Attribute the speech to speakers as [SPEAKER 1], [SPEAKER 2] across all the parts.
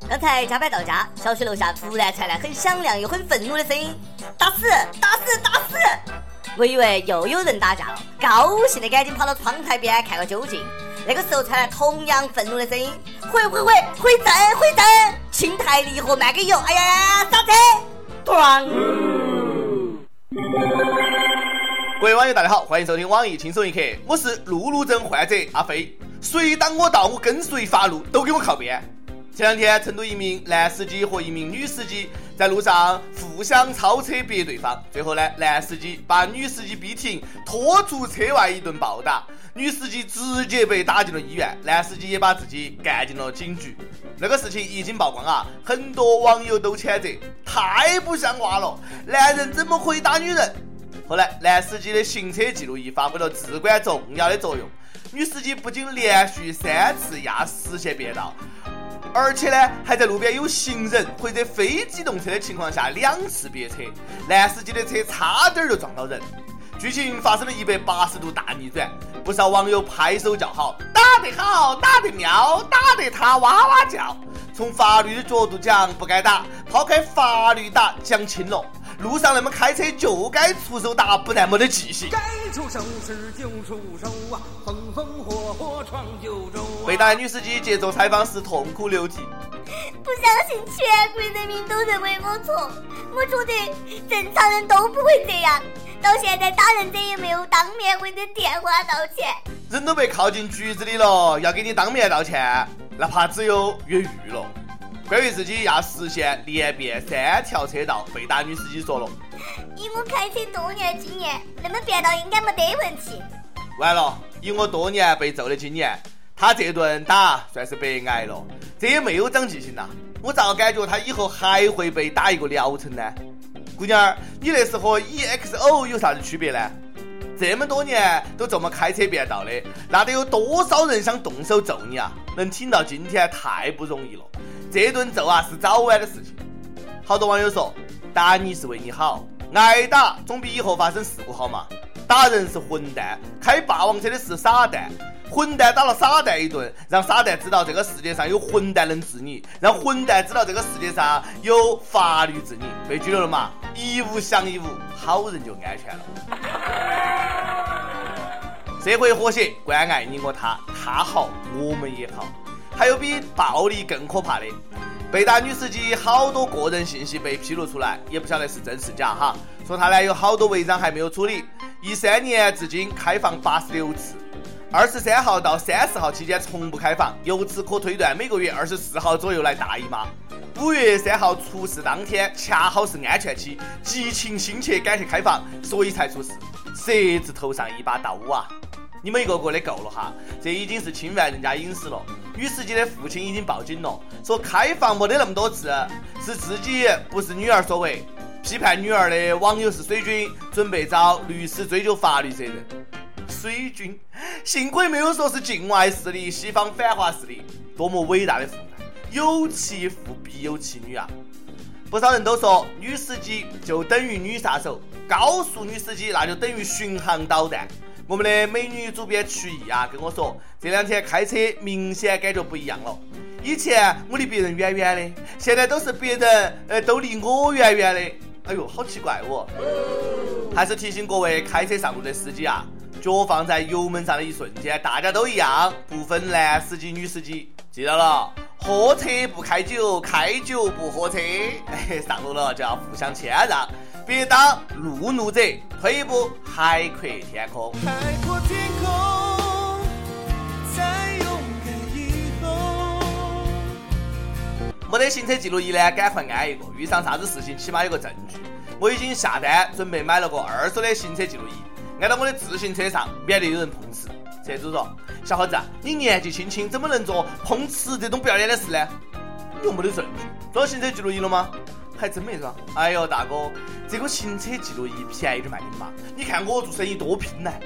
[SPEAKER 1] 刚才加班到家，小区楼下突然传来很响亮又很愤怒的声音：打死打死打死！我以为又有人打架了，高兴的赶紧跑到窗台边看个究竟。那个时候传来同样愤怒的声音：回正，青台离合慢给油，哎呀，刹车！咣！
[SPEAKER 2] 各位网友大家好，欢迎收听网易轻松一刻，我是路怒症患者阿飞，谁挡我道我跟随发怒，都给我靠边。前两天，成都一名男司机和一名女司机在路上互相超车别对方，最后呢，男司机把女司机逼停，拖出车外一顿暴打，女司机直接被打进了医院，男司机也把自己干进了警局。那个事情一经曝光啊，很多网友都谴责，太不像话了，男人怎么可以打女人？后来，男司机的行车记录仪发挥了至关重要的作用，女司机不仅连续3次压实线变道，而且呢，还在路边有行人或者非机动车的情况下2次别车，男司机的车差点就撞到人。剧情发生了180度大逆转，不少网友拍手叫好，打得好，打得妙，打得他哇哇叫。从法律的角度讲不该打，抛开法律打讲轻了，路上那么开车就该出手打，不然没得记性。
[SPEAKER 3] 该出手时就出手啊，风风火火闯九州啊。
[SPEAKER 2] 被打的女司机接受采访时痛哭流涕，
[SPEAKER 1] 不相信全国人民都认为我错，我觉得正常人都不会这样。到现在打人者也没有当面或者电话道歉，
[SPEAKER 2] 人都被铐进局子里了，要给你当面道歉，那怕只有越狱了。关于自己压实线连变3条车道，被打女司机说了：
[SPEAKER 1] 以我开车多年经验，那么变道应该没得问题。
[SPEAKER 2] 完了，以我多年被揍的经验，他这顿打算是白挨了，这也没有长记性呐。我咋感觉他以后还会被打一个疗程呢？姑娘儿，你那是和 EXO 有啥子区别呢？这么多年都这么开车变道的，那得有多少人想动手揍你啊？能挺到今天太不容易了，这顿揍啊是早晚的事情。好多网友说，打你是为你好，挨打总比以后发生事故好嘛。打人是混蛋，开霸王车的是傻蛋，混蛋打了傻蛋一顿，让傻蛋知道这个世界上有混蛋能治你，让混蛋知道这个世界上有法律治你。被拘留了嘛，一无降一无，好人就安全了。社会和谐，关爱你我他，他好我们也好。还有比暴力更可怕的，被打女司机好多个人信息被披露出来，也不晓得是真是假哈。说他呢有好多违章还没有处理，13年至今开放86次，23号到30号期间从不开放，由此可推断每个月24号左右来大姨妈。5月3号出事当天恰好是安全期，急情心切赶去开放，所以才出事，蛇子头上一把刀啊！你们一个个的够了哈，这已经是侵犯人家隐私了。女司机的父亲已经报警了，说开放没得那么多次，是自己不是女儿所为。批判女儿的网友是水军，准备找律师追究法律责任。水军，幸亏没有说是境外势力、西方反华势力，多么伟大的负担！有其父必有其女啊！不少人都说女司机就等于女杀手，高速女司机那就等于巡航导弹。我们的美女主编曲艺啊跟我说，这2天开车明显感觉不一样了。以前我离别人远远的，现在都是别人都离我远远的。哎呦，好奇怪哦！还是提醒各位开车上路的司机啊，脚放在油门上的一瞬间，大家都一样，不分男司机女司机。记到了，喝车不开酒，开酒不喝车。上路了就要互相谦让，别当路怒者，退一步海阔天空。
[SPEAKER 3] 海阔天空，在勇敢以后。
[SPEAKER 2] 没得行车记录仪呢，赶快安一个，遇上啥子事情起码有个证据。我已经下单准备买了个2手的行车记录仪，安到我的自行车上，免得有人碰瓷。车主说：小伙子，你年纪轻轻怎么能做碰瓷这种不要脸的事呢？你又没得证据，装行车记录仪了吗？还真没装。哎呦大哥，这个行车记录仪便宜点卖给你嘛，你看我做生意多拼呢。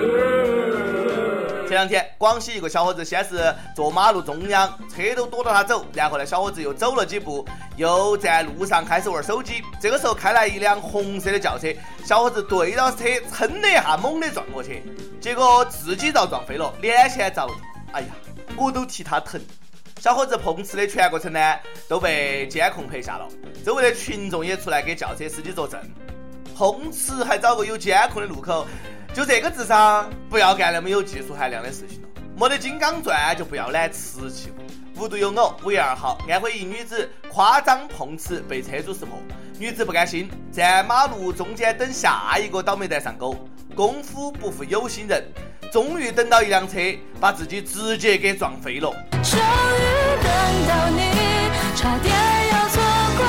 [SPEAKER 2] 前2天广西一个小伙子先是坐马路中央，车都躲着他走，然后呢小伙子又走了几步，又在路上开始玩手机。这个时候开来一辆红色的轿车，小伙子对到车蹭了一下，猛地撞过去，结果自己遭撞飞了，脸先着地。哎呀，我都替他疼。 小伙子碰瓷的全过程呢都被监控拍下了，周围的群众也出来给轿车司机作证。碰瓷还找个有监控的路口，就这个智商，不要干那么有技术含量的事情了。没得金刚钻就不要揽瓷器。无独有偶，5月2号，安徽一女子夸张碰瓷被车主识破，女子不甘心，在马路中间等下一个倒霉蛋上钩，功夫不负有心人，终于等到一辆车把自己直接给撞飞了。
[SPEAKER 4] 终于等到你，差点要错过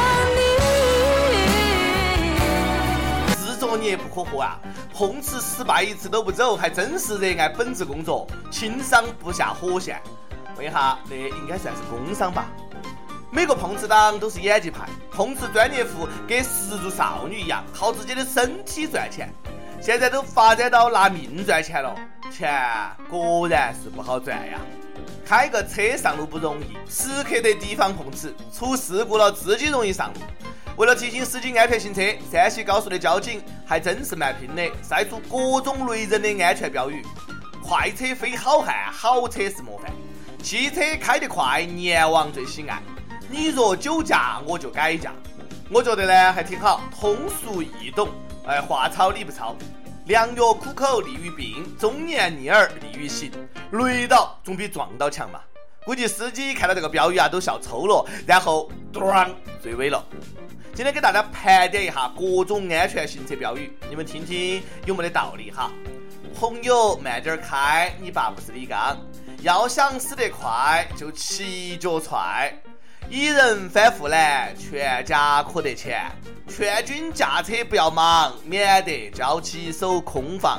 [SPEAKER 4] 你。
[SPEAKER 2] 自作孽不可活啊！碰瓷失败一次都不走，还真是热爱本职工作，轻伤不下火线。问一下，那应该算是工伤吧？每个碰瓷党都是演技派，碰瓷专业户跟失足少女一样，靠自己的身体赚钱。现在都发展到拿命赚钱了，钱果然是不好赚呀。开个车上路不容易，时刻得提防碰瓷，出事故了自己容易上路。为了提醒司机安全行车，山西高速的交警还真是蛮拼的，晒出各种雷人的安全标语。快车非好汉，好车是模范。汽车开得快，年王最喜爱。你若酒驾，我就改嫁。我觉得呢还挺好，通俗易懂。话糙理不糙。良药苦口利于病，忠言逆耳利于行。雷倒总比撞到强嘛。估计司机看到这个标语啊都笑抽了，然后坠尾了。今天给大家盘点一下各种安全行车标语，你们听听有没得道理哈。朋友慢点开，你爸不是李刚。要想死得快，就骑脚踹。一人翻覆栏，全家可得钱。劝君驾车不要忙，免得交起手空房。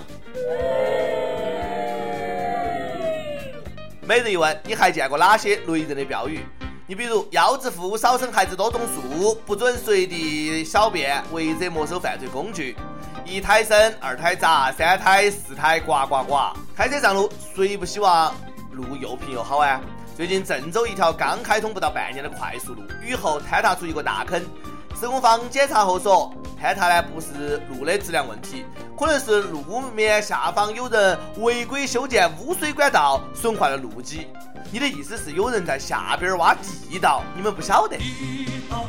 [SPEAKER 2] 每日一问，你还见过哪些雷人的标语？你比如要致富，少生孩子多种树，不准随地小便，违者没收犯罪工具。一胎生，二胎砸，三胎四胎呱呱呱。开车上路，谁不希望路又平又好啊？最近郑州一条刚开通不到半年的快速路，雨后坍塌出一个大坑。施工方检查后说，坍塌呢不是路的质量问题，可能是路面下方有人违规修建污水管道，损坏了路基。你的意思是有人在下边挖地道，你们不晓得？
[SPEAKER 3] 地道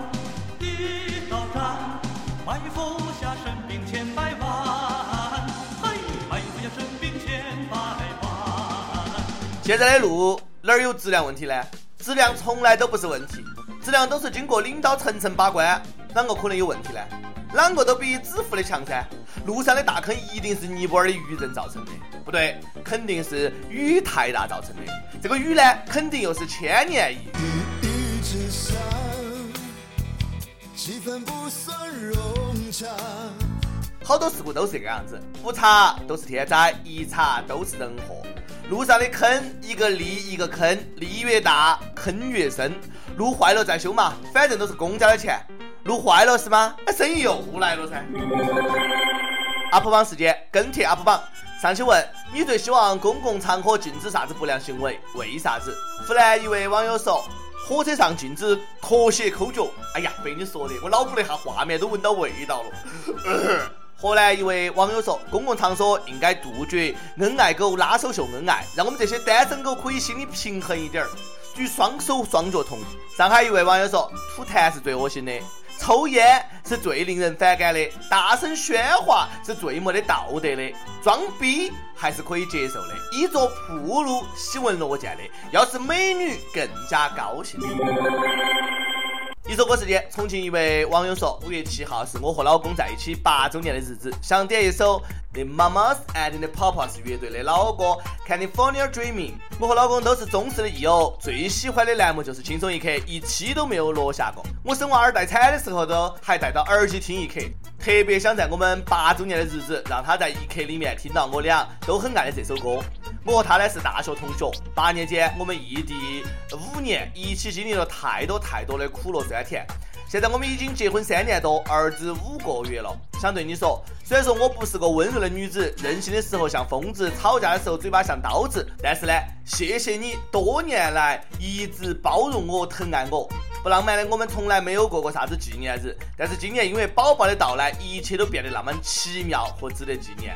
[SPEAKER 3] 战，埋伏下神兵千百万，埋伏下神兵千百万。
[SPEAKER 2] 现在的路哪儿有质量问题呢？质量从来都不是问题，质量都是经过领导层层把关，啷个可能有问题呢？啷个都比支付的强噻。路上的大坑一定是尼泊尔的渔人造成的，不对，肯定是雨太大造成的。这个雨呢，肯定又是千年一遇。
[SPEAKER 5] 一之上，气氛不算融洽。
[SPEAKER 2] 好多事故都是这个样子，不查都是天灾，一查都是人祸。路上的坑，一个利一个坑，利越大，坑越深。路坏了再修嘛，反正都是公家的钱。路坏了是吗？生意又来了噻。UP 榜事件，跟帖 UP 榜。上期问你最希望公共场合禁止啥子不良行为？为啥子？湖南一位网友说，火车上禁止脱鞋抠脚。哎呀，被你说的，我脑补了一下画面，都闻到味道了。河南一位网友说，公共场所应该杜绝恩爱狗拉手秀恩爱，让我们这些单身狗可以心理平衡一点儿，举双手双脚同意。上海一位网友说，吐痰是最恶心的，抽烟是最令人反感的，大声喧哗是最没得道德的，装逼还是可以接受的，衣着暴露喜闻乐见的，要是美女更加高兴。一首歌时间，重庆一位网友说，5月7号是我和老公在一起8周年的日子，想点一首 The Mamas and the Papas 乐队的老歌 California Dreaming。 我和老公都是忠实的益友，最喜欢的栏目就是轻松一刻，一期都没有落下过。我生娃儿待产的时候都还带到耳机听一刻，特别想在我们8周年的日子让他在一刻里面听到我俩都很爱的这首歌。我和他呢是大学同学，8年间我们异地5年，一起经历了太多的苦乐酸甜。现在我们已经结婚3年多，儿子5个月了。想对你说，虽然说我不是个温柔的女子，任性的时候像疯子，吵架的时候嘴巴像刀子，但是呢，谢谢你多年来一直包容我、疼爱我。不浪漫的我们从来没有过啥子纪念日，但是今年因为宝宝的到来，一切都变得那么奇妙和值得纪念。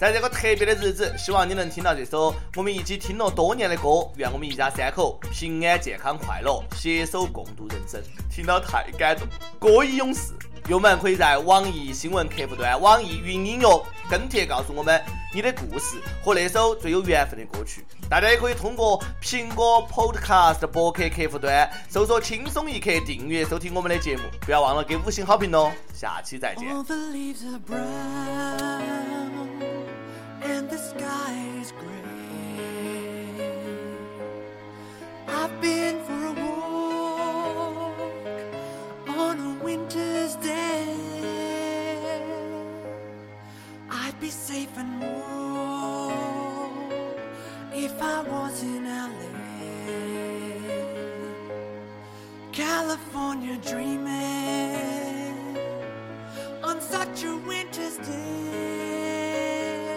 [SPEAKER 2] 在这个特别的日子，希望你能听到这首我们一起听了多年的歌，愿我们一家三口平安健康快乐，携手共度人生。听到太感动，歌以勇士。友们可以在网易新闻客户端、网易云音乐跟帖告诉我们你的故事和那首最有缘分的歌曲。大家也可以通过苹果 Podcast 博客客户端搜索轻松一刻订阅收听我们的节目，不要忘了给5星好评哦。下期再见。
[SPEAKER 5] All the leaves are brown and the sky is gray. I've been for a walk on a winter's day. I'd be safe and warm if I was in LA. California dreaming on such a winter's day.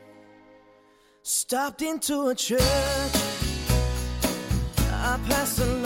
[SPEAKER 5] Stopped into a church, I passed a